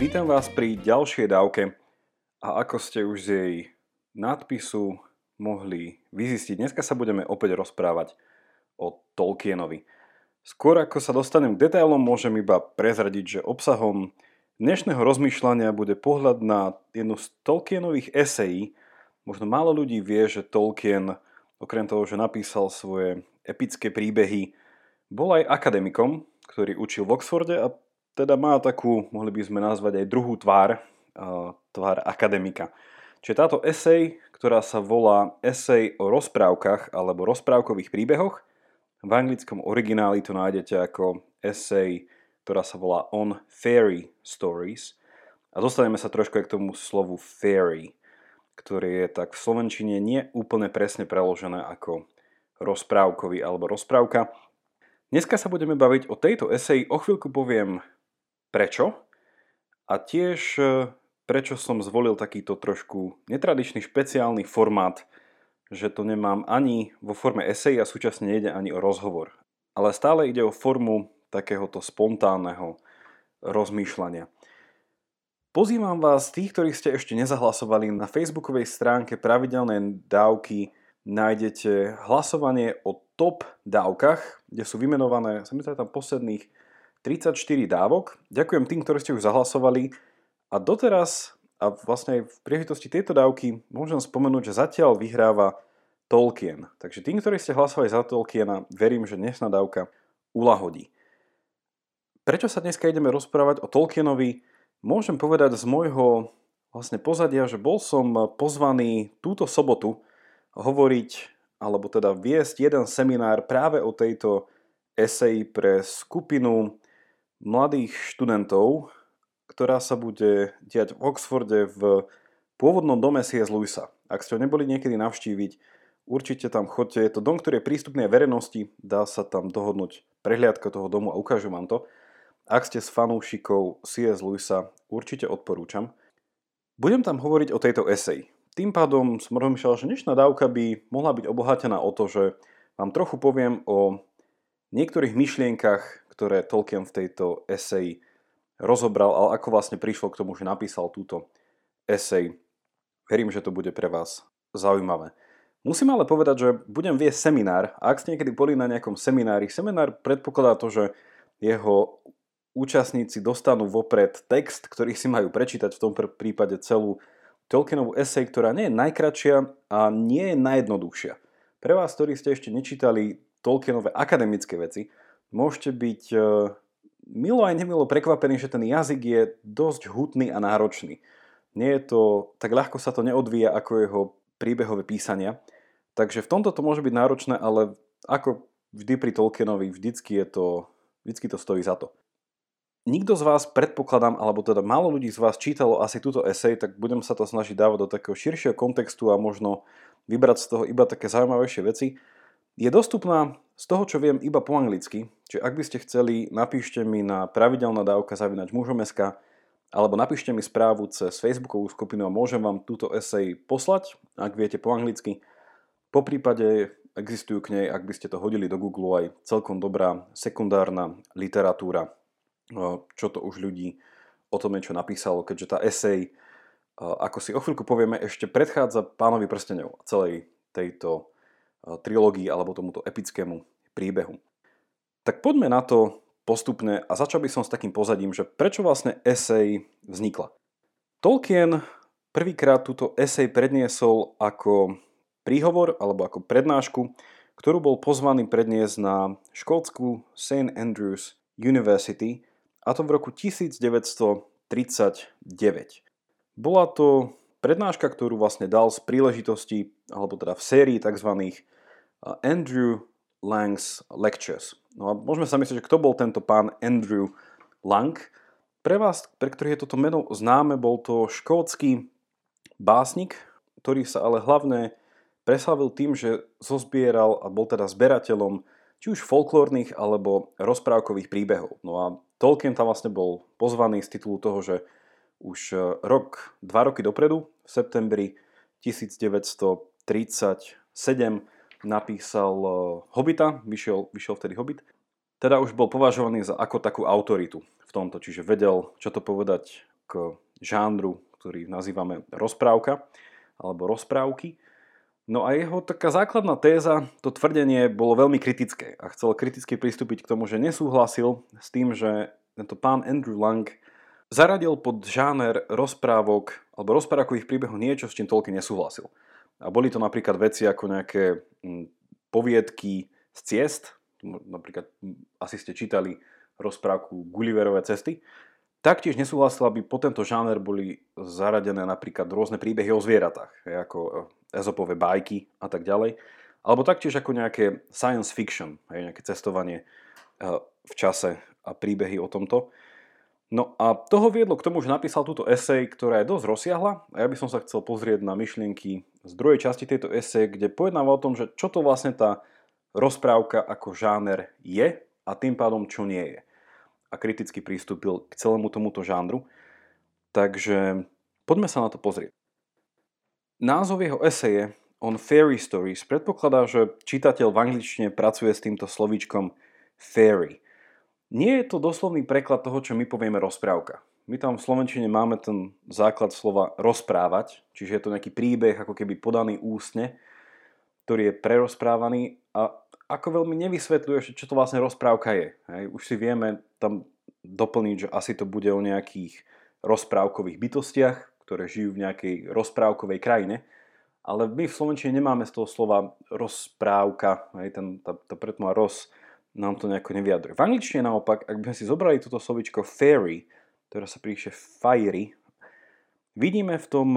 Vítam vás pri ďalšej dávke a ako ste už z jej nadpisu mohli vyzistiť, dneska sa budeme opäť rozprávať o Tolkienovi. Skôr ako sa dostanem k detailom, môžem iba prezradiť, že obsahom dnešného rozmýšľania bude pohľad na jednu z Tolkienových esejí. Možno málo ľudí vie, že Tolkien, okrem toho, že napísal svoje epické príbehy, bol aj akademikom, ktorý učil v Oxforde a teda má takú, mohli by sme nazvať aj druhú tvár akademika. Čiže táto esej, ktorá sa volá Esej o rozprávkach alebo rozprávkových príbehoch, v anglickom origináli to nájdete ako esej, ktorá sa volá On Fairy Stories. A dostaneme sa trošku aj k tomu slovu fairy, ktoré je tak v slovenčine nie úplne presne preložené ako rozprávkový alebo rozprávka. Dneska sa budeme baviť o tejto eseji, o chvíľku poviem prečo a tiež prečo som zvolil takýto trošku netradičný špeciálny formát, že to nemám ani vo forme eseji a súčasne nejde ani o rozhovor. Ale stále ide o formu takéhoto spontánneho rozmýšľania. Pozývam vás, tých, ktorí ste ešte nezahlasovali, na facebookovej stránke Pravidelné dávky nájdete hlasovanie o top dávkach, kde sú vymenované, sa mi tam posledných 34 dávok. Ďakujem tým, ktorí ste už zahlasovali a doteraz a vlastne aj v príležitosti tejto dávky môžem spomenúť, že zatiaľ vyhráva Tolkien. Takže tým, ktorí ste hlasovali za Tolkiena, verím, že dnešná dávka uľahodí. Prečo sa dneska ideme rozprávať o Tolkienovi? Môžem povedať z môjho vlastne pozadia, že bol som pozvaný túto sobotu hovoriť, alebo teda viesť jeden seminár práve o tejto eseji pre skupinu mladých študentov, ktorá sa bude diať v Oxforde v pôvodnom dome C.S. Lewisa. Ak ste ho neboli niekedy navštíviť, určite tam choďte. Je to dom, ktorý je prístupný verejnosti, dá sa tam dohodnúť prehliadka toho domu a ukážu vám to. Ak ste s fanúšikov C.S. Lewisa, určite odporúčam. Budem tam hovoriť o tejto eseji. Tým pádom som rozmýšľal, že dnešná dávka by mohla byť obohatená o to, že vám trochu poviem o niektorých myšlienkach, ktoré Tolkien v tejto eseji rozobral, ale ako vlastne prišlo k tomu, že napísal túto esej. Verím, že to bude pre vás zaujímavé. Musím ale povedať, že budem viesť seminár a ak ste niekedy boli na nejakom seminári, seminár predpokladá to, že jeho účastníci dostanú vopred text, ktorý si majú prečítať, v tom prípade celú Tolkienovú esej, ktorá nie je najkratšia a nie je najjednoduchšia. Pre vás, ktorí ste ešte nečítali Tolkienové akademické veci, môžete byť milo aj nemilo prekvapení, že ten jazyk je dosť hutný a náročný. Nie je to, tak ľahko sa to neodvíja ako jeho príbehové písania. Takže v tomto to môže byť náročné, ale ako vždy pri Tolkienovi, vždycky to stojí za to. Nikto z vás, predpokladám, alebo teda málo ľudí z vás čítalo asi túto esej, tak budem sa to snažiť dávať do takého širšieho kontextu a možno vybrať z toho iba také zaujímavejšie veci. Je dostupná z toho, čo viem, iba po anglicky, čiže ak by ste chceli, napíšte mi na pravidelnadavka@mužom.sk alebo napíšte mi správu cez facebookovú skupinu a môžem vám túto esej poslať, ak viete po anglicky. Poprípade existujú k nej, ak by ste to hodili do Google, aj celkom dobrá sekundárna literatúra, čo to už ľudí o tom niečo napísalo, keďže tá esej, ako si o chvíľku povieme, ešte predchádza Pánovi prsteňov a celej tejto trilógii alebo tomuto epickému príbehu. Tak poďme na to postupne a začal by som s takým pozadím, že prečo vlastne esej vznikla. Tolkien prvýkrát túto esej predniesol ako príhovor alebo ako prednášku, ktorú bol pozvaný predniesť na škótsku St. Andrews University, a to v roku 1939. Bola to prednáška, ktorú vlastne dal z príležitosti, alebo teda v sérii tzv. Andrew Lang's Lectures. No a môžeme sa myslieť, že kto bol tento pán Andrew Lang. Pre vás, pre ktorých je toto meno známe, bol to škótsky básnik, ktorý sa ale hlavne preslavil tým, že zozbieral a bol teda zberateľom či už folklórnych alebo rozprávkových príbehov. No a Tolkien tam vlastne bol pozvaný z titulu toho, že už 2 roky dopredu, v septembri 1937, napísal Hobita, vyšiel vtedy Hobbit. Teda už bol považovaný za ako takú autoritu v tomto, čiže vedel, čo to povedať k k žánru, ktorý nazývame rozprávka alebo rozprávky. No a jeho taká základná téza, to tvrdenie bolo veľmi kritické a chcel kriticky pristúpiť k tomu, že nesúhlasil s tým, že tento pán Andrew Lang zaradil pod žáner rozprávok alebo rozprávkových príbehov niečo, s čím Tolkien nesúhlasil. A boli to napríklad veci ako nejaké poviedky z ciest, napríklad asi ste čítali rozprávku Gulliverove cesty. Taktiež nesúhlasil, aby po tento žáner boli zaradené napríklad rôzne príbehy o zvieratách, ako Ezopové bajky a tak ďalej. Alebo taktiež ako nejaké science fiction, nejaké cestovanie v čase a príbehy o tomto. No a toho viedlo k tomu, že napísal túto esej, ktorá je dosť rozsiahla. A ja by som sa chcel pozrieť na myšlienky z druhej časti tejto esej, kde pojednáva o tom, že čo to vlastne tá rozprávka ako žáner je a tým pádom čo nie je. A kriticky pristúpil k celému tomuto žánru. Takže poďme sa na to pozrieť. Názov jeho eseje On Fairy Stories predpokladá, že čitateľ v angličtine pracuje s týmto slovíčkom fairy. Nie je to doslovný preklad toho, čo my povieme rozprávka. My tam v slovenčine máme ten základ slova rozprávať, čiže je to nejaký príbeh ako keby podaný ústne, ktorý je prerozprávaný a ako veľmi nevysvetľuje, čo to vlastne rozprávka je. Hej. Už si vieme tam doplniť, že asi to bude o nejakých rozprávkových bytostiach, ktoré žijú v nejakej rozprávkovej krajine, ale my v slovenčine nemáme z toho slova rozprávka, hej, tá pretmá roz nám to nejako nevyjadruje. V angličtine naopak, ak by sme si zobrali toto slovičko fairy, ktoré sa píše fiery, vidíme v tom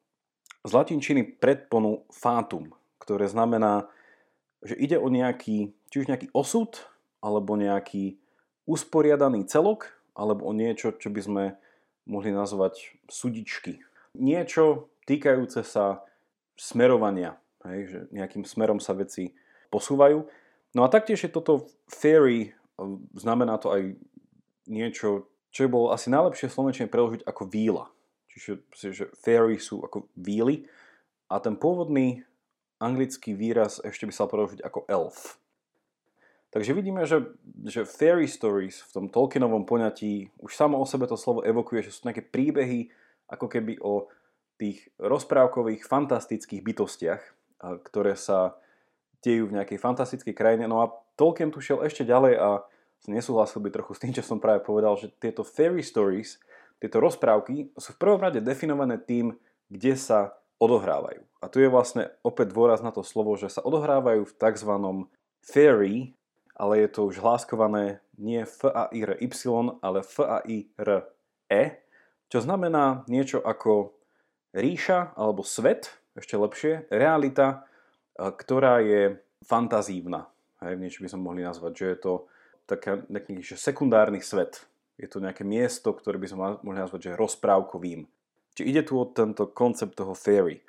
z latinčiny predponu fatum, ktoré znamená, že ide o nejaký, či už nejaký osud, alebo nejaký usporiadaný celok, alebo o niečo, čo by sme mohli nazvať sudičky. Niečo týkajúce sa smerovania, hej, že nejakým smerom sa veci posúvajú. No a taktiež je toto fairy, znamená to aj niečo, čo je bolo asi najlepšie v slovenčine preložiť ako víla. Čiže že fairy sú ako víly a ten pôvodný anglický výraz ešte by sa preložiť ako elf. Takže vidíme, že fairy stories v tom Tolkienovom poňatí už samo o sebe to slovo evokuje, že sú nejaké príbehy ako keby o tých rozprávkových fantastických bytostiach, ktoré sa dejú v nejakej fantastickej krajine. No a Tolkien tu šiel ešte ďalej a nesúhlasil by trochu s tým, čo som práve povedal, že tieto fairy stories, tieto rozprávky sú v prvom rade definované tým, kde sa odohrávajú. A tu je vlastne opäť dôraz na to slovo, že sa odohrávajú v tzv. Fairy, ale je to už hláskované nie F-A-I-R-Y, ale F-A-I-R-E, čo znamená niečo ako ríša alebo svet, ešte lepšie, realita, ktorá je fantazívna. Hej, niečo by sme mohli nazvať, že je to taký sekundárny svet. Je to nejaké miesto, ktoré by sme mohli nazvať, že rozprávkovým. Čiže ide tu o tento koncept toho fairy.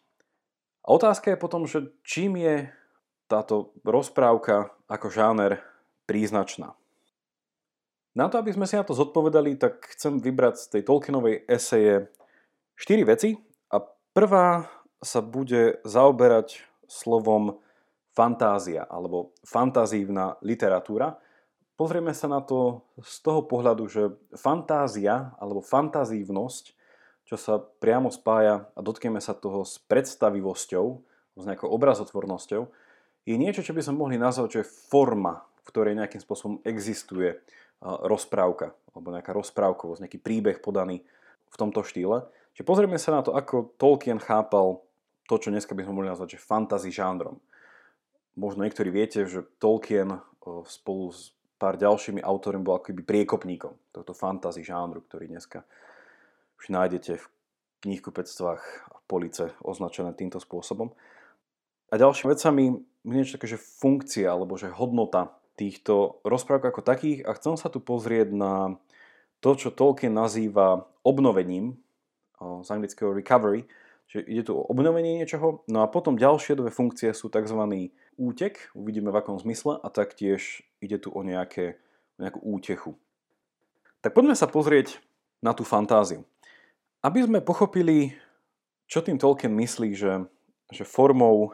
A otázka je potom, že čím je táto rozprávka ako žáner príznačná. Na to, aby sme si na to zodpovedali, tak chcem vybrať z tej Tolkienovej eseje 4 veci. A prvá sa bude zaoberať slovom fantázia alebo fantazívna literatúra. Pozrieme sa na to z toho pohľadu, že fantázia alebo fantazívnosť, čo sa priamo spája a dotkneme sa toho s predstavivosťou, s nejakou obrazotvornosťou, je niečo, čo by sme mohli nazvať, že je forma, v ktorej nejakým spôsobom existuje rozprávka alebo nejaká rozprávkovosť, nejaký príbeh podaný v tomto štýle. Čiže pozrieme sa na to, ako Tolkien chápal to, čo dneska by sme mohli nazvať, že fantasy žánrom. Možno niektorí viete, že Tolkien spolu s pár ďalšími autormi bol akoby priekopníkom tohto fantasy žánru, ktorý dneska už nájdete v knihkupectvách a police označené týmto spôsobom. A ďalšími vecami niečo také, že funkcia alebo že hodnota týchto rozprávok ako takých a chcem sa tu pozrieť na to, čo Tolkien nazýva obnovením, z anglického recovery, že ide tu o obnovenie niečoho, no a potom ďalšie dve funkcie sú tzv. Útek, uvidíme v akom zmysle, a taktiež ide tu o nejakú útechu. Tak poďme sa pozrieť na tú fantáziu. Aby sme pochopili, čo tým Tolkien myslí, že formou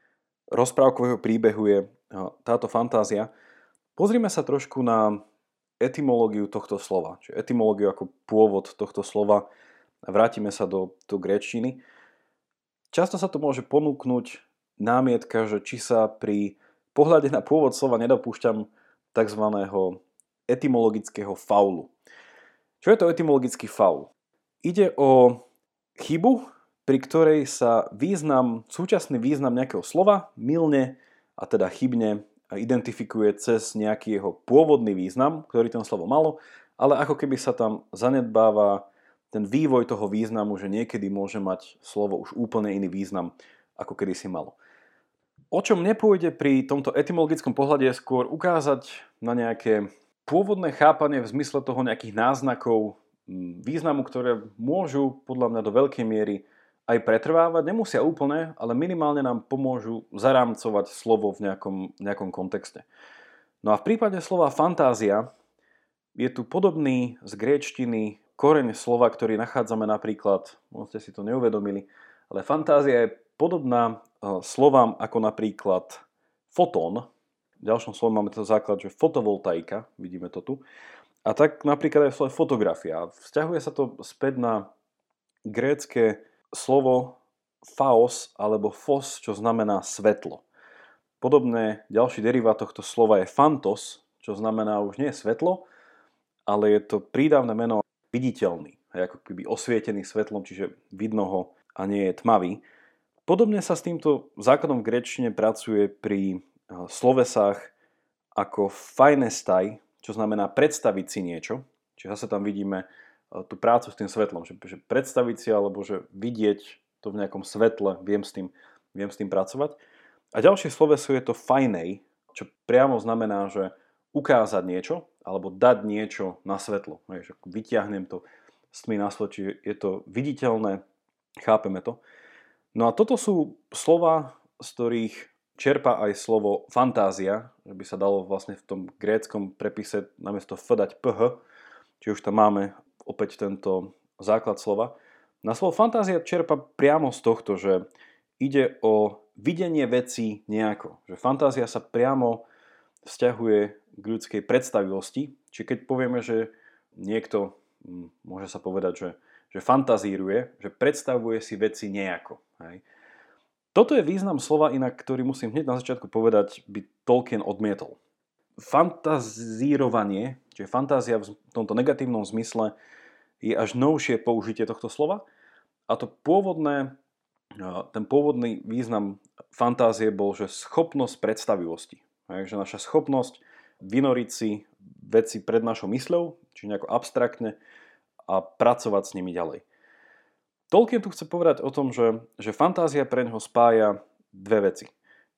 rozprávkového príbehu je táto fantázia, pozrime sa trošku na etymológiu tohto slova, čiže etymológiu ako pôvod tohto slova. Vrátime sa do gréčtiny. Často sa to môže ponúknuť námietka, že či sa pri pohľade na pôvod slova nedopúšťam tzv. Etymologického faulu. Čo je to etymologický faul? Ide o chybu, pri ktorej sa súčasný význam nejakého slova mylne a teda chybne identifikuje cez nejaký jeho pôvodný význam, ktorý ten slovo malo, ale ako keby sa tam zanedbáva ten vývoj toho významu, že niekedy môže mať slovo už úplne iný význam, ako kedysi malo. O čom nepôjde pri tomto etymologickom pohľade je skôr ukázať na nejaké pôvodné chápanie v zmysle toho nejakých náznakov významu, ktoré môžu podľa mňa do veľkej miery aj pretrvávať. Nemusia úplne, ale minimálne nám pomôžu zarámcovať slovo v nejakom kontexte. No a v prípade slova fantázia je tu podobný z gréčtiny koreň slova, ktorý nachádzame napríklad, možno ste si to neuvedomili, ale fantázia je podobná slovám ako napríklad fotón. V ďalšom slove máme to základ, že fotovoltaika, vidíme to tu. A tak napríklad aj v slove fotografia. Vzťahuje sa to späť na grécke slovo faos alebo phos, čo znamená svetlo. Podobné ďalší derivát tohto slova je phantos, čo znamená už nie svetlo, ale je to prídavné meno viditeľný, ako keby osvietený svetlom, čiže vidno ho a nie je tmavý. Podobne sa s týmto základom v gréčtine pracuje pri slovesách ako fainestai, čo znamená predstaviť si niečo. Čiže zase tam vidíme tú prácu s tým svetlom, že predstaviť si alebo že vidieť to v nejakom svetle, viem s tým pracovať. A ďalšie sloveso je to fainej, čo priamo znamená, že ukázať niečo alebo dať niečo na svetlo. Vyťahnem to s tmy na svetlo, čiže je to viditeľné, chápeme to. No a toto sú slova, z ktorých čerpá aj slovo fantázia, že by sa dalo vlastne v tom gréckom prepise namiesto f dať ph, čiže už tam máme opäť tento základ slova. Na slovo fantázia čerpa priamo z tohto, že ide o videnie vecí nejako. Že fantázia sa priamo vzťahuje k ľudskej predstavivosti. Čiže keď povieme, že niekto, môže sa povedať, že fantazíruje, že predstavuje si veci nejako. Hej. Toto je význam slova, inak, ktorý musím hneď na začiatku povedať, by Tolkien odmietol. Fantazírovanie, čiže fantázia v tomto negatívnom zmysle, je až novšie použitie tohto slova. A ten pôvodný význam fantázie bol, že schopnosť predstavivosti. Že naša schopnosť vynoriť si veci pred našou mysľou, či nejako abstraktne, a pracovať s nimi ďalej. Tolkien tu chce povedať o tom, že fantázia pre neho spája dve veci.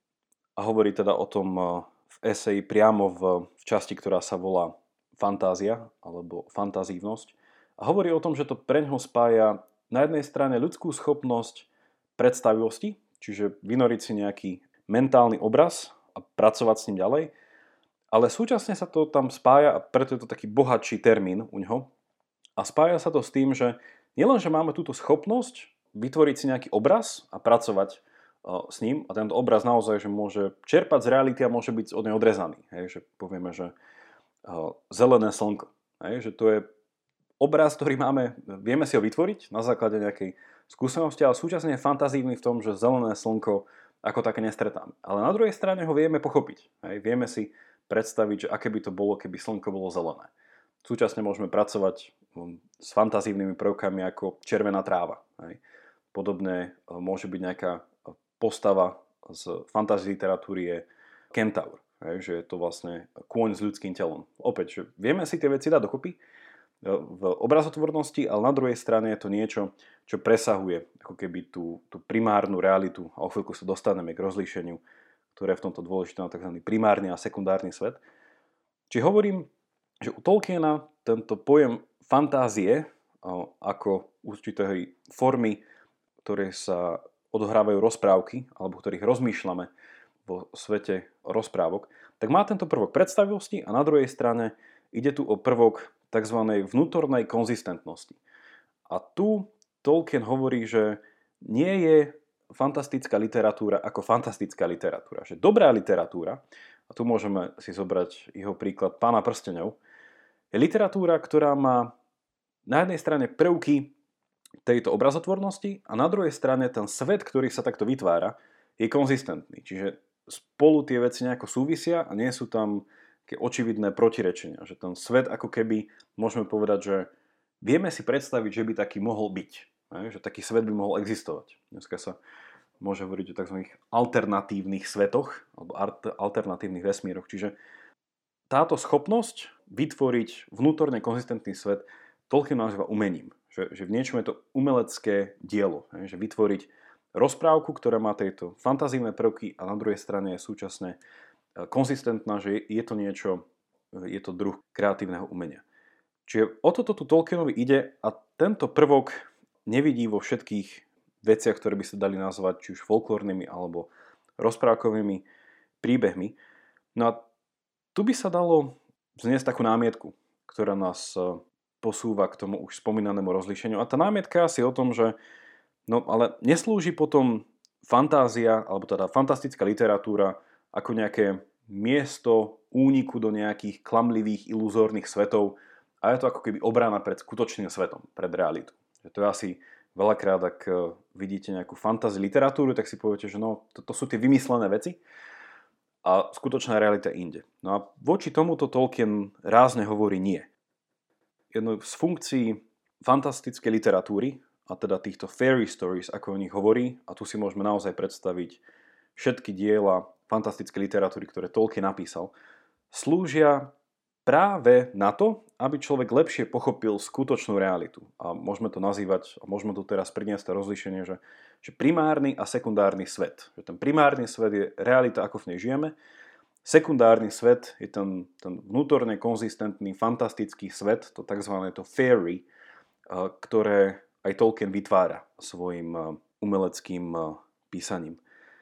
A hovorí teda o tom v eseji priamo v časti, ktorá sa volá fantázia, alebo fantazívnosť. A hovorí o tom, že to pre neho spája na jednej strane ľudskú schopnosť predstavivosti, čiže vynoriť si nejaký mentálny obraz a pracovať s ním ďalej, ale súčasne sa to tam spája, a preto je to taký bohatší termín u ňoho, a spája sa to s tým, že nielen, že máme túto schopnosť vytvoriť si nejaký obraz a pracovať s ním, a tento obraz naozaj že môže čerpať z reality a môže byť od nej odrezaný. Hej, že povieme, že zelené slnko. Hej, že to je obraz, ktorý vieme si ho vytvoriť na základe nejakej skúsenosti, ale súčasne je fantazívny v tom, že zelené slnko ako také nestretáme. Ale na druhej strane ho vieme pochopiť. Hej, vieme si predstaviť, že aké by to bolo, keby slnko bolo zelené. Súčasne môžeme pracovať s fantazívnymi prvkami ako červená tráva. Hej. Podobne môže byť nejaká postava z fantasy literatúry je kentaur. Hej, že je to vlastne kôň s ľudským telom. Opäť, že vieme si tie veci dať dokopy v obrazotvornosti, ale na druhej strane je to niečo, čo presahuje ako keby tú primárnu realitu, a o chvíľku sa dostaneme k rozlíšeniu, ktoré je v tomto dôležité na tzv. Primárny a sekundárny svet. Či hovorím, že u Tolkiena tento pojem fantázie ako určitej formy, ktoré sa odohrávajú rozprávky, alebo ktorých rozmýšľame vo svete rozprávok, tak má tento prvok predstavivosti a na druhej strane ide tu o prvok tzv. Vnútornej konzistentnosti. A tu Tolkien hovorí, že nie je fantastická literatúra ako fantastická literatúra. Že dobrá literatúra, a tu môžeme si zobrať jeho príklad Pána prsteňov, Je literatúra, ktorá má na jednej strane prvky tejto obrazotvornosti a na druhej strane ten svet, ktorý sa takto vytvára, je konzistentný. Čiže spolu tie veci nejako súvisia a nie sú tam také očividné protirečenia. Že ten svet ako keby, môžeme povedať, že vieme si predstaviť, že by taký mohol byť. Že taký svet by mohol existovať. Dneska sa môže hovoriť o tzv. Alternatívnych svetoch alebo alternatívnych vesmíroch. Čiže táto schopnosť vytvoriť vnútorne konzistentný svet Tolkien nazýva umením. Že v niečom je to umelecké dielo. Že vytvoriť rozprávku, ktorá má tieto fantazívne prvky a na druhej strane je súčasne konzistentná, že je to niečo, je to druh kreatívneho umenia. Čiže o toto tu Tolkienovi ide a tento prvok nevidí vo všetkých veciach, ktoré by sa dali nazvať či už folklórnymi alebo rozprávkovými príbehmi. No a tu by sa dalo vzniesť takú námietku, ktorá nás posúva k tomu už spomínanému rozlíšeniu. A tá námietka je asi o tom, že no ale neslúži potom fantázia, alebo teda fantastická literatúra ako nejaké miesto úniku do nejakých klamlivých, iluzórnych svetov a je to ako keby obrana pred skutočným svetom, pred realitou. To je asi veľakrát, ak vidíte nejakú fantasy literatúru, tak si poviete, že no, to sú tie vymyslené veci a skutočná realita je inde. No a voči tomuto Tolkien rázne hovorí nie. Jednou z funkcií fantastickej literatúry, a teda týchto fairy stories, ako o nich hovorí, a tu si môžeme naozaj predstaviť všetky diela fantastickej literatúry, ktoré Tolkien napísal, slúžia práve na to, aby človek lepšie pochopil skutočnú realitu. A môžeme to nazývať, a môžeme tu teraz priniesť to rozlíšenie, že primárny a sekundárny svet. Že ten primárny svet je realita, ako v nej žijeme. Sekundárny svet je ten vnútorne konzistentný, fantastický svet, to tzv. To fairy, ktoré aj Tolkien vytvára svojim umeleckým písaním.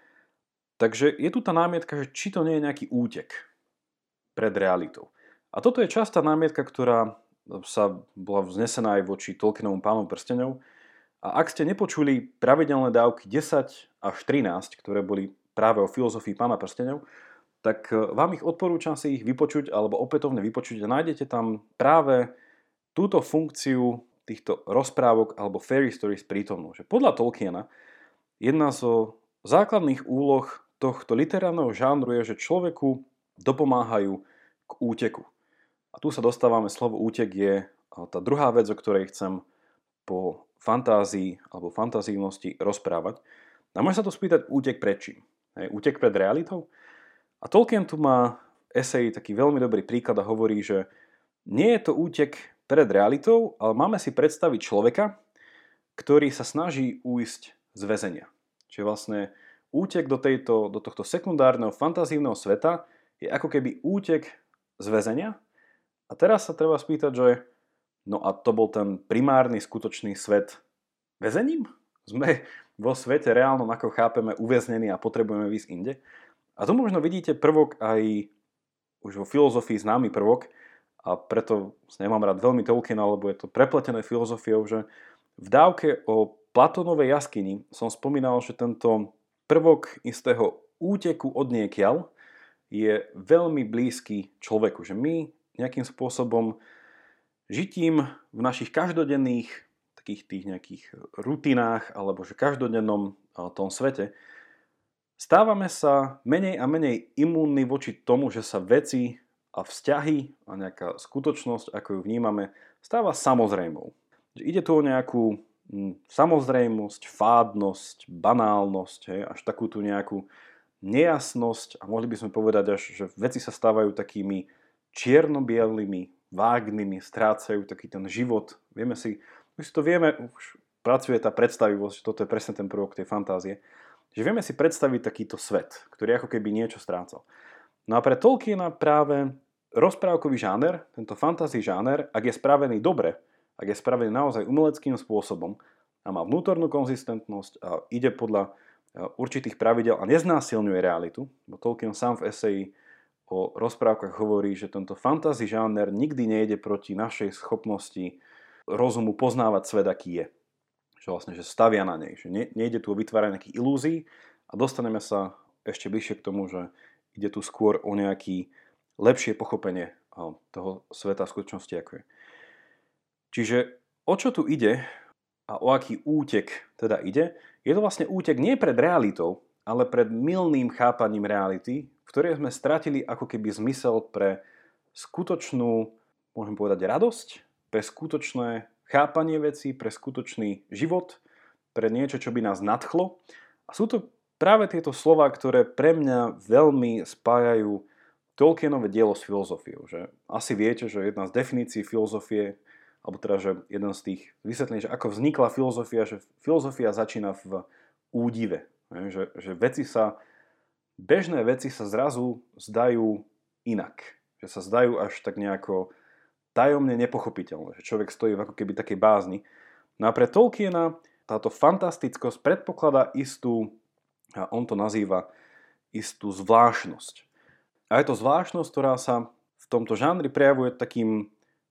Takže je tu tá námietka, že či to nie je nejaký útek pred realitou. A toto je častá námietka, ktorá bola vznesená aj voči Tolkienovom Pánovi prsteňov. A ak ste nepočuli pravidelné dávky 10 až 13, ktoré boli práve o filozofii Pána prsteňov, tak vám ich odporúčam si ich vypočuť alebo opätovne vypočuť a nájdete tam práve túto funkciu týchto rozprávok alebo fairy stories prítomnú. Že podľa Tolkiena jedna zo základných úloh tohto literárneho žánru je, že človeku dopomáhajú k úteku. A tu sa dostávame, slovo útek je tá druhá vec, o ktorej chcem po fantázii alebo fantazívnosti rozprávať. A môžem sa to spýtať, útek pred čím? Útek pred realitou? A Tolkien tu má v eseji taký veľmi dobrý príklad a hovorí, že nie je to útek pred realitou, ale máme si predstaviť človeka, ktorý sa snaží újsť z väzenia. Čiže vlastne útek do tohto sekundárneho fantazívneho sveta je ako keby útek z väzenia. A teraz sa treba spýtať, že no a to bol ten primárny skutočný svet väzením? Sme vo svete reálnom, ako chápeme, uväznení a potrebujeme výjsť inde. A tu možno vidíte prvok aj už vo filozofii známy prvok, a preto nemám rád veľmi Tolkiena, lebo je to prepletené filozofiou, že v dávke o Platónovej jaskyni som spomínal, že tento prvok istého úteku od niekiaľ je veľmi blízky človeku. Že my nejakým spôsobom žitím v našich každodenných takých tých nejakých rutinách alebo že každodennom tom svete stávame sa menej a menej imúnni voči tomu, že sa veci a vzťahy a nejaká skutočnosť, ako ju vnímame, stáva samozrejmou. Ide tu o nejakú samozrejmosť, fádnosť, banálnosť, až takú tú nejakú nejasnosť a mohli by sme povedať až, že veci sa stávajú takými čierno-bielými, vágnymi, strácajú taký ten život. Vieme si, už to vieme, už pracuje tá predstavivosť, toto je presne ten prvok tej fantázie, že vieme si predstaviť takýto svet, ktorý ako keby niečo strácal. No a pre Tolkiena práve rozprávkový žáner, tento fantasy žáner, ak je spravený dobre, ak je spravený naozaj umeleckým spôsobom a má vnútornú konzistentnosť a ide podľa určitých pravidel a neznásilňuje realitu, bo Tolkien sám v eseji o rozprávkach hovorí, že tento fantasy žáner nikdy nejde proti našej schopnosti rozumu poznávať svet, aký je. Že vlastne, že stavia na nej, že nejde tu o vytváranie nejakých ilúzií a dostaneme sa ešte bližšie k tomu, že ide tu skôr o nejaké lepšie pochopenie toho sveta v skutočnosti, ako je. Čiže o čo tu ide a o aký útek teda ide? Je to vlastne útek nie pred realitou, ale pred mylným chápaním reality, v ktorej sme stratili ako keby zmysel pre skutočnú, môžem povedať, radosť, pre skutočné chápanie veci, pre skutočný život, pre niečo, čo by nás nadchlo. A sú to práve tieto slová, ktoré pre mňa veľmi spájajú Tolkienovo dielo s filozofiou. Že asi viete, že jedna z definícií filozofie, alebo teda, že jeden z tých vysvetlení, že ako vznikla filozofia, že filozofia začína v údive. Že bežné veci sa zrazu zdajú inak. Že sa zdajú až tak nejako tajomne nepochopiteľné. Že človek stojí v ako keby takej bázni. No a pre Tolkiena táto fantastickosť predpokladá istú, a on to nazýva, istú zvláštnosť. A je to zvláštnosť, ktorá sa v tomto žánri prejavuje takým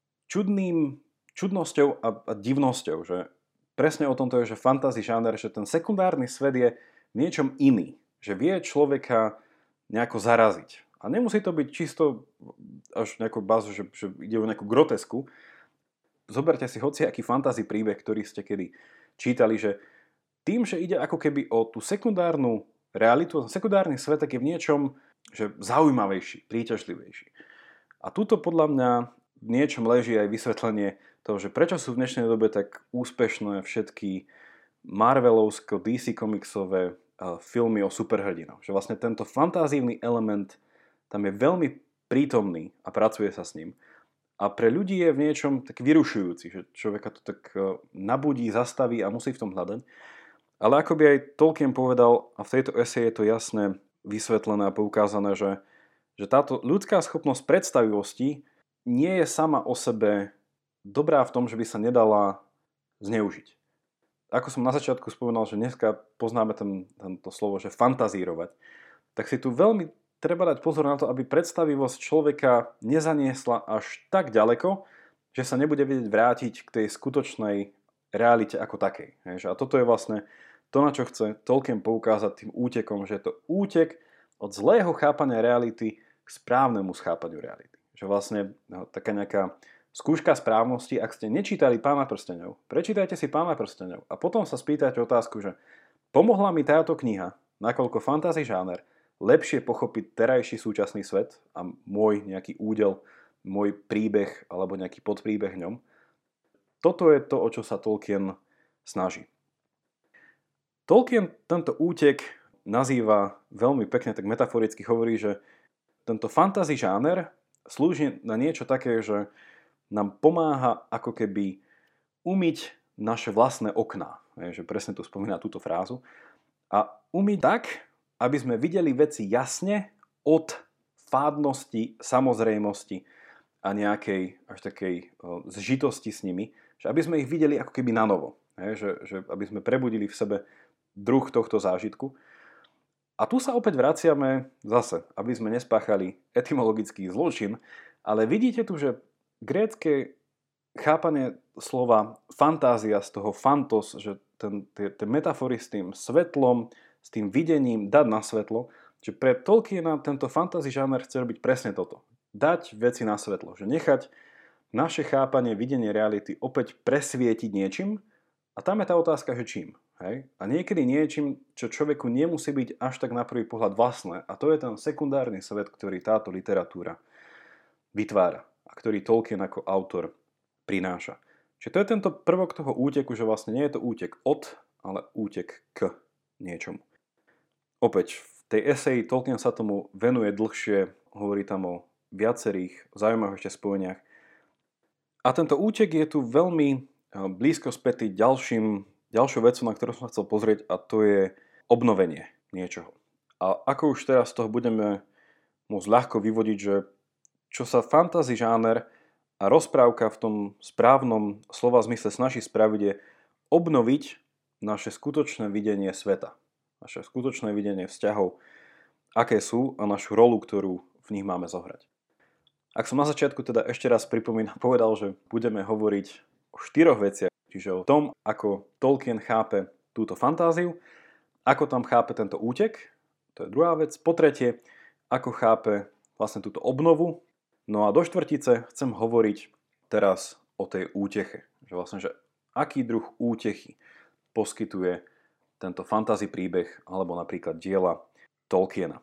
čudnosťou a divnosťou. Že presne o tomto je, že fantasy žáner, že ten sekundárny svet je v niečom iný. Že vie človeka nejako zaraziť. A nemusí to byť čisto až nejakú bázu, že ide o nejakú grotesku. Zoberte si hociaký fantasy príbeh, ktorý ste kedy čítali, že tým, že ide ako keby o tú sekundárnu realitu, sekundárny svet tak je v niečom že zaujímavejší, príťažlivejší. A tuto podľa mňa v niečom leží aj vysvetlenie toho, že prečo sú v dnešnej dobe tak úspešné všetky Marvelovsko, DC komiksové filmy o superhrdinoch. Že vlastne tento fantázívny element tam je veľmi prítomný a pracuje sa s ním. A pre ľudí je v niečom tak vyrušujúci, že človeka to tak nabudí, zastaví a musí v tom hľadať. Ale ako by aj Tolkien povedal, a v tejto eseji je to jasne vysvetlené a poukázané, že táto ľudská schopnosť predstavivosti nie je sama o sebe dobrá v tom, že by sa nedala zneužiť. Ako som na začiatku spomenul, že dneska poznáme tento slovo, že fantazírovať, tak si tu veľmi treba dať pozor na to, aby predstavivosť človeka nezaniesla až tak ďaleko, že sa nebude vedieť vrátiť k tej skutočnej realite ako takej. A toto je vlastne to, na čo chce Tolkien poukázať tým útekom, že je to útek od zlého chápania reality k správnemu chápaniu reality. Že vlastne taká nejaká skúška správnosti, ak ste nečítali Pána prsteňov, prečítajte si Pána prsteňov a potom sa spýtajte otázku, že pomohla mi táto kniha, nakoľko fantasy žáner, lepšie pochopiť terajší súčasný svet a môj nejaký údel, môj príbeh alebo nejaký podpríbeh v ňom. Toto je to, o čo sa Tolkien snaží. Tolkien tento útek nazýva veľmi pekne, tak metaforicky hovorí, že tento fantasy žáner slúži na niečo také, že nám pomáha ako keby umyť naše vlastné okná. Že presne tu spomína túto frázu. A umyť tak, aby sme videli veci jasne od fádnosti, samozrejmosti a nejakej až takej zžitosti s nimi, že aby sme ich videli ako keby na novo. Že aby sme prebudili v sebe druh tohto zážitku. A tu sa opäť vraciame zase, aby sme nespáchali etymologický zločin, ale vidíte tu, že grécke chápanie slova fantázia z toho fantos, že tie metafory s tým svetlom, s tým videním dať na svetlo, že pre Tolkiena tento fantasy žáner chce robiť presne toto. Dať veci na svetlo, že nechať naše chápanie, videnie reality opäť presvietiť niečím a tam je tá otázka, že čím. Hej? A niekedy niečím, čo človeku nemusí byť až tak na prvý pohľad vlastné a to je ten sekundárny svet, ktorý táto literatúra vytvára a ktorý Tolkien ako autor prináša. Čiže to je tento prvok toho úteku, že vlastne nie je to útek od, ale útek k niečomu. Opäť, v tej eseji Tolkien sa tomu venuje dlhšie, hovorí tam o viacerých zaujímavých ešte spojeniach. A tento útek je tu veľmi blízko spätý ďalšou vecou, na ktorú som chcel pozrieť, a to je obnovenie niečoho. A ako už teraz z toho budeme môcť ľahko vyvodiť, že čo sa fantasy žáner a rozprávka v tom správnom slova zmysle snaží spraviť je obnoviť naše skutočné videnie sveta. Naše skutočné videnie vzťahov, aké sú a našu rolu, ktorú v nich máme zohrať. Ak som na začiatku teda ešte raz povedal, že budeme hovoriť o 4 veciach, čiže o tom, ako Tolkien chápe túto fantáziu, ako tam chápe tento útek, to je druhá vec. Po tretie, ako chápe vlastne túto obnovu No a do štvrtice chcem hovoriť teraz o tej úteche. Že aký druh útechy poskytuje tento fantasy príbeh alebo napríklad diela Tolkiena.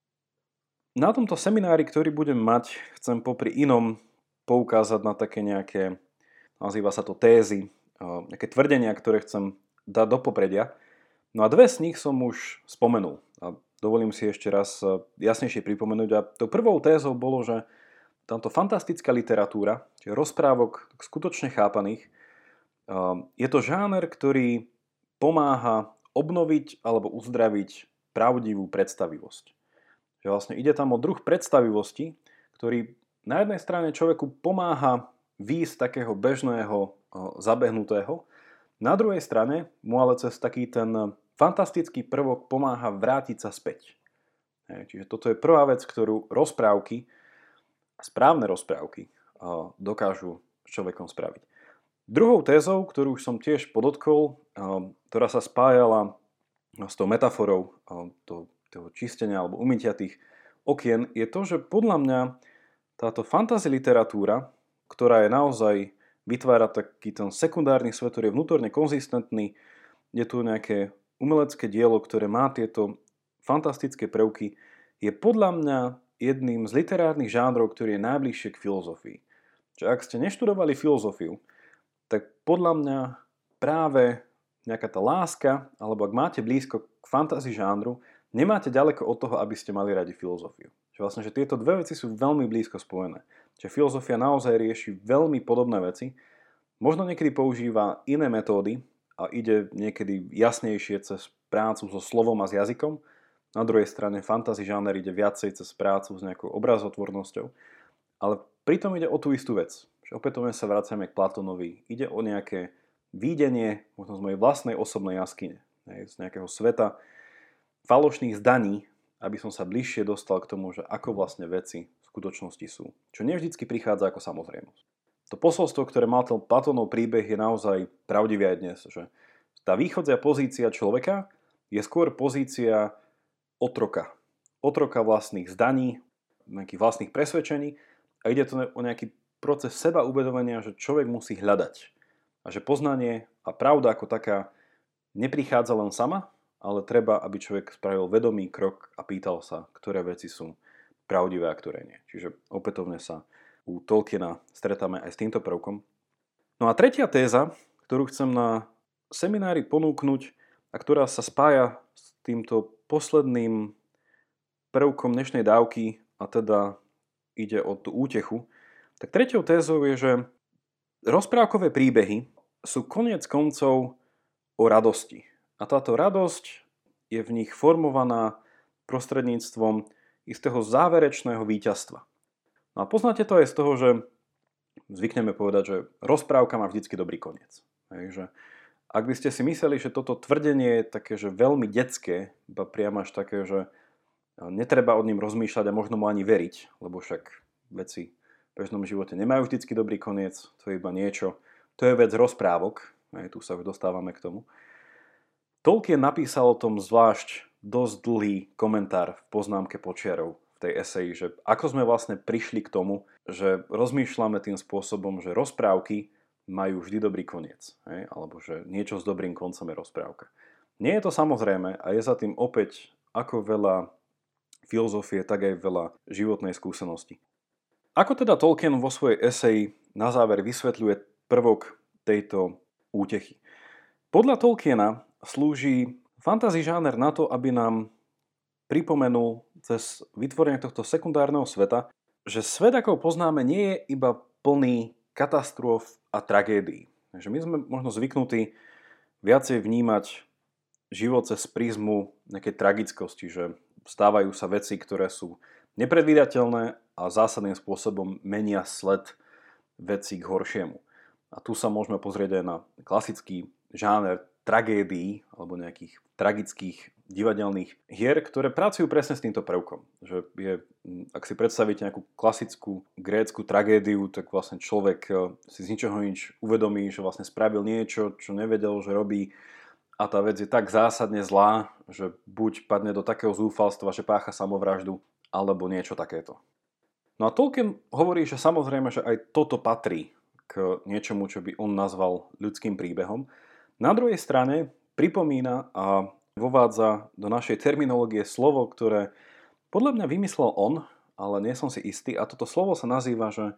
Na tomto seminári, ktorý budem mať, chcem popri inom poukázať na také nejaké, nazýva sa to tézy, nejaké tvrdenia, ktoré chcem dať do popredia. No a dve z nich som už spomenul. A dovolím si ešte raz jasnejšie pripomenúť. A tou prvou tézou bolo, že táto fantastická literatúra, čiže rozprávok skutočne chápaných, je to žáner, ktorý pomáha obnoviť alebo uzdraviť pravdivú predstavivosť. Že vlastne ide tam o druh predstavivosti, ktorý na jednej strane človeku pomáha výjsť z takého bežného zabehnutého, na druhej strane mu ale cez taký ten fantastický prvok pomáha vrátiť sa späť. Čiže toto je prvá vec, ktorú rozprávky, správne rozprávky dokážu s človekom spraviť. Druhou tézou, ktorú už som tiež podotkol, ktorá sa spájala s tou metaforou toho čistenia alebo umytia tých okien, je to, že podľa mňa táto fantasy literatúra, ktorá je naozaj vytvára taký ten sekundárny svet, ktorý je vnútorne konzistentný, je tu nejaké umelecké dielo, ktoré má tieto fantastické prvky, je podľa mňa jedným z literárnych žánrov, ktorý je najbližšie k filozofii. Čiže ak ste neštudovali filozofiu, tak podľa mňa práve nejaká tá láska, alebo ak máte blízko k fantasy žánru, nemáte ďaleko od toho, aby ste mali radi filozofiu. Čiže vlastne, že tieto dve veci sú veľmi blízko spojené. Čiže filozofia naozaj rieši veľmi podobné veci, možno niekedy používa iné metódy a ide niekedy jasnejšie cez prácu so slovom a s jazykom. Na druhej strane fantasy žáner ide viacej cez prácu s nejakou obrazotvornosťou. Ale pritom ide o tú istú vec. Že opätovne sa vraciame k Platónovi. Ide o nejaké videnie možno z mojej vlastnej osobnej jaskyne. Z nejakého sveta falošných zdaní, aby som sa bližšie dostal k tomu, že ako vlastne veci v skutočnosti sú. Čo nevždycky prichádza ako samozrejmosť. To posolstvo, ktoré mal ten Platónov príbeh, je naozaj pravdivé aj dnes. Že tá východzia pozícia človeka je skôr pozícia otroka. Otroka vlastných zdaní, nejakých vlastných presvedčení a ide to o nejaký proces seba uvedomenia, že človek musí hľadať. A že poznanie a pravda ako taká neprichádza len sama, ale treba, aby človek spravil vedomý krok a pýtal sa, ktoré veci sú pravdivé a ktoré nie. Čiže opätovne sa u Tolkiena stretáme aj s týmto prvkom. No a tretia téza, ktorú chcem na seminári ponúknuť a ktorá sa spája s týmto posledným prvkom dnešnej dávky, a teda ide o tú útechu, tak tretiou tézou je, že rozprávkové príbehy sú koniec koncov o radosti. A táto radosť je v nich formovaná prostredníctvom istého záverečného víťazstva. No a poznáte to aj z toho, že zvykneme povedať, že rozprávka má vždycky dobrý koniec. Takže ak by ste si mysleli, že toto tvrdenie je také, že veľmi detské, iba priam až také, že netreba od ním rozmýšľať a možno mu ani veriť, lebo však veci v bežnom živote nemajú vždycky dobrý koniec, to je iba niečo, to je vec rozprávok, aj tu sa už dostávame k tomu. Tolkien napísal o tom zvlášť dosť dlhý komentár v poznámke počiarov v tej eseji, že ako sme vlastne prišli k tomu, že rozmýšľame tým spôsobom, že rozprávky majú vždy dobrý koniec, alebo že niečo s dobrým koncom je rozprávka. Nie je to samozrejme a je za tým opäť ako veľa filozofie, tak aj veľa životnej skúsenosti. Ako teda Tolkien vo svojej eseji na záver vysvetľuje prvok tejto útechy? Podľa Tolkiena slúži fantasy žáner na to, aby nám pripomenul cez vytvorenie tohto sekundárneho sveta, že svet, ako ho poznáme, nie je iba plný katastrof a tragédií. Takže my sme možno zvyknutí viacej vnímať život cez prízmu nejakej tragickosti, že stávajú sa veci, ktoré sú nepredvídateľné a zásadným spôsobom menia sled vecí k horšiemu. A tu sa môžeme pozrieť aj na klasický žáner tragédií alebo nejakých tragických divadelných hier, ktoré pracujú presne s týmto prvkom. Že je, ak si predstavíte nejakú klasickú grécku tragédiu, tak vlastne človek si z ničoho nič uvedomí, že vlastne spravil niečo, čo nevedel, že robí a tá vec je tak zásadne zlá, že buď padne do takého zúfalstva, že pácha samovraždu, alebo niečo takéto. No a Tolkien hovorí, že samozrejme, že aj toto patrí k niečomu, čo by on nazval ľudským príbehom. Na druhej strane pripomína a vovádza do našej terminológie slovo, ktoré podľa mňa vymyslel on, ale nie som si istý. A toto slovo sa nazýva, že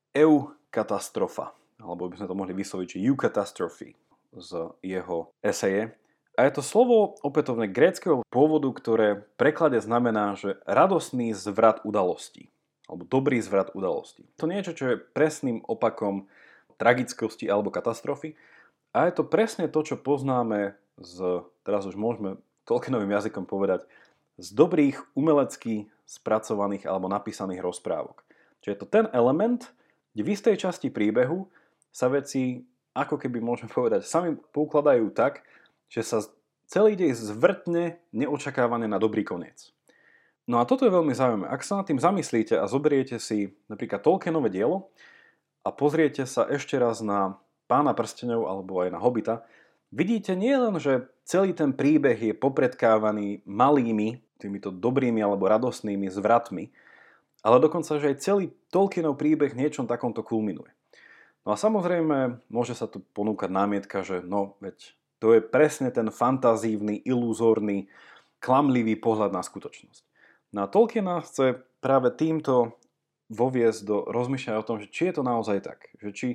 eukatastrofa. Alebo by sme to mohli vysloviť, že eucatastrophe z jeho eseje. A je to slovo opätovne gréckeho pôvodu, ktoré v preklade znamená, že radostný zvrat udalostí. Alebo dobrý zvrat udalostí. To niečo, čo je presným opakom tragickosti alebo katastrofy. A je to presne to, čo poznáme teraz už môžeme Tolkienovým jazykom povedať, z dobrých umelecky spracovaných alebo napísaných rozprávok. Čiže je to ten element, kde v istej časti príbehu sa veci, ako keby môžeme povedať, sami poukladajú tak, že sa celý dej zvrtne neočakávane na dobrý koniec. No a toto je veľmi zaujímavé. Ak sa nad tým zamyslíte a zoberiete si napríklad Tolkienové dielo a pozriete sa ešte raz na Pána prsteňov alebo aj na Hobita, vidíte nielen, že celý ten príbeh je popredkávaný malými, týmito dobrými alebo radostnými zvratmi, ale dokonca, že aj celý Tolkienov príbeh niečom takomto kulminuje. No a samozrejme, môže sa tu ponúkať námietka, že no, veď to je presne ten fantazívny, iluzórny, klamlivý pohľad na skutočnosť. No a Tolkien chce práve týmto voviesť do rozmýšľania o tom, že či je to naozaj tak. Že či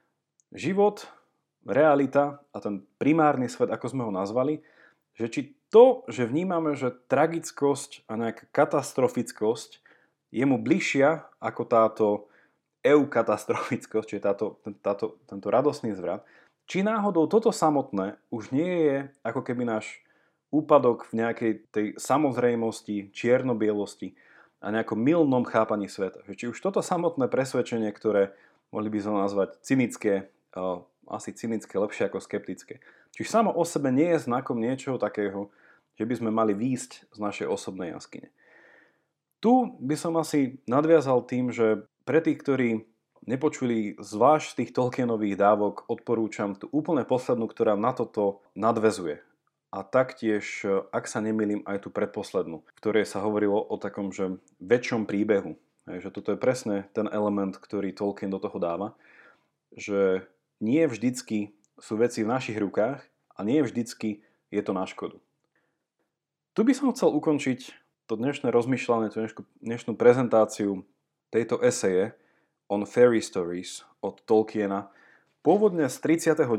život, realita a ten primárny svet, ako sme ho nazvali, že či to, že vnímame, že tragickosť a nejaká katastrofickosť je mu bližšia ako táto eukatastrofickosť, čiže tento radostný zvrat, či náhodou toto samotné už nie je ako keby náš úpadok v nejakej tej samozrejmosti, čierno-bielosti a nejakom mylnom chápaní sveta. Či už toto samotné presvedčenie, ktoré mohli by sme nazvať cynické, asi cynické lepšie ako skeptické. Čiže samo o sebe nie je znakom niečoho takého, že by sme mali výjsť z našej osobnej jaskyne. Tu by som asi nadviazal tým, že pre tých, ktorí nepočuli zvlášť z tých Tolkienových dávok, odporúčam tú úplne poslednú, ktorá na toto nadväzuje. A taktiež, ak sa nemýlim, aj tú predposlednú, v ktorej sa hovorilo o takom, že väčšom príbehu. Že toto je presne ten element, ktorý Tolkien do toho dáva, že nie vždycky sú veci v našich rukách a nie vždycky je to na škodu. Tu by som chcel ukončiť to dnešné rozmýšľanie, tú dnešnú prezentáciu tejto eseje On Fairy Stories od Tolkiena, pôvodne z 39.,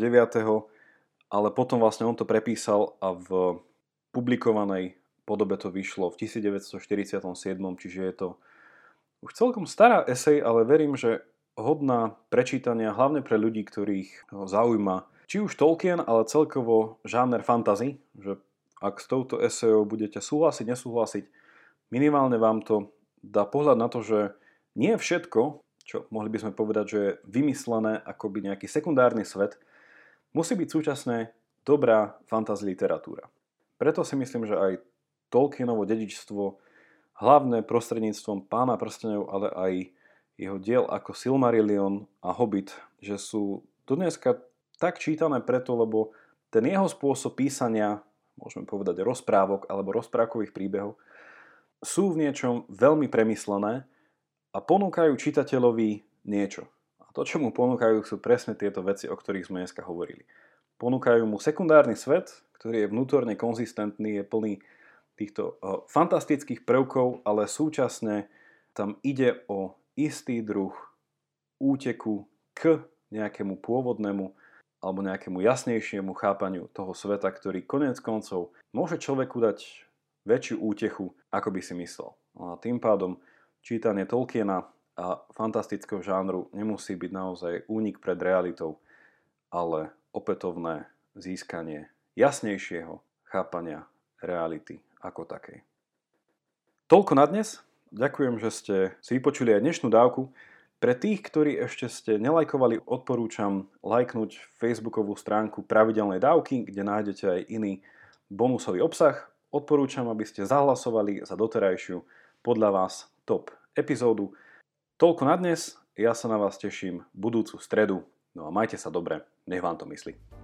ale potom vlastne on to prepísal a v publikovanej podobe to vyšlo v 1947, čiže je to už celkom stará esej, ale verím, že hodná prečítania, hlavne pre ľudí, ktorých zaujíma či už Tolkien, ale celkovo žáner fantasy, že ak s touto esejou budete súhlasiť, nesúhlasiť, minimálne vám to dá pohľad na to, že nie všetko, čo mohli by sme povedať, že je vymyslené akoby nejaký sekundárny svet, musí byť súčasne dobrá fantasy literatúra. Preto si myslím, že aj Tolkienovo dedičstvo, hlavne prostredníctvom Pána prsteňov, ale aj jeho diel ako Silmarillion a Hobbit, že sú dodneska tak čítané preto, lebo ten jeho spôsob písania, môžeme povedať rozprávok alebo rozprávkových príbehov, sú v niečom veľmi premyslené a ponúkajú čitateľovi niečo. A to, čo mu ponúkajú, sú presne tieto veci, o ktorých sme dneska hovorili. Ponúkajú mu sekundárny svet, ktorý je vnútorne konzistentný, je plný týchto fantastických prvkov, ale súčasne tam ide o istý druh úteku k nejakému pôvodnému alebo nejakému jasnejšiemu chápaniu toho sveta, ktorý konec koncov môže človeku dať väčšiu útechu, ako by si myslel. A tým pádom čítanie Tolkiena a fantastického žánru nemusí byť naozaj únik pred realitou, ale opätovné získanie jasnejšieho chápania reality ako takej. Toľko na dnes. Ďakujem, že ste si vypočuli aj dnešnú dávku. Pre tých, ktorí ešte ste nelajkovali, odporúčam lajknúť facebookovú stránku Pravidelnej dávky, kde nájdete aj iný bonusový obsah. Odporúčam, aby ste zahlasovali za doterajšiu podľa vás top epizódu. Toľko na dnes. Ja sa na vás teším budúcu stredu. No a majte sa dobre. Nech vám to myslí.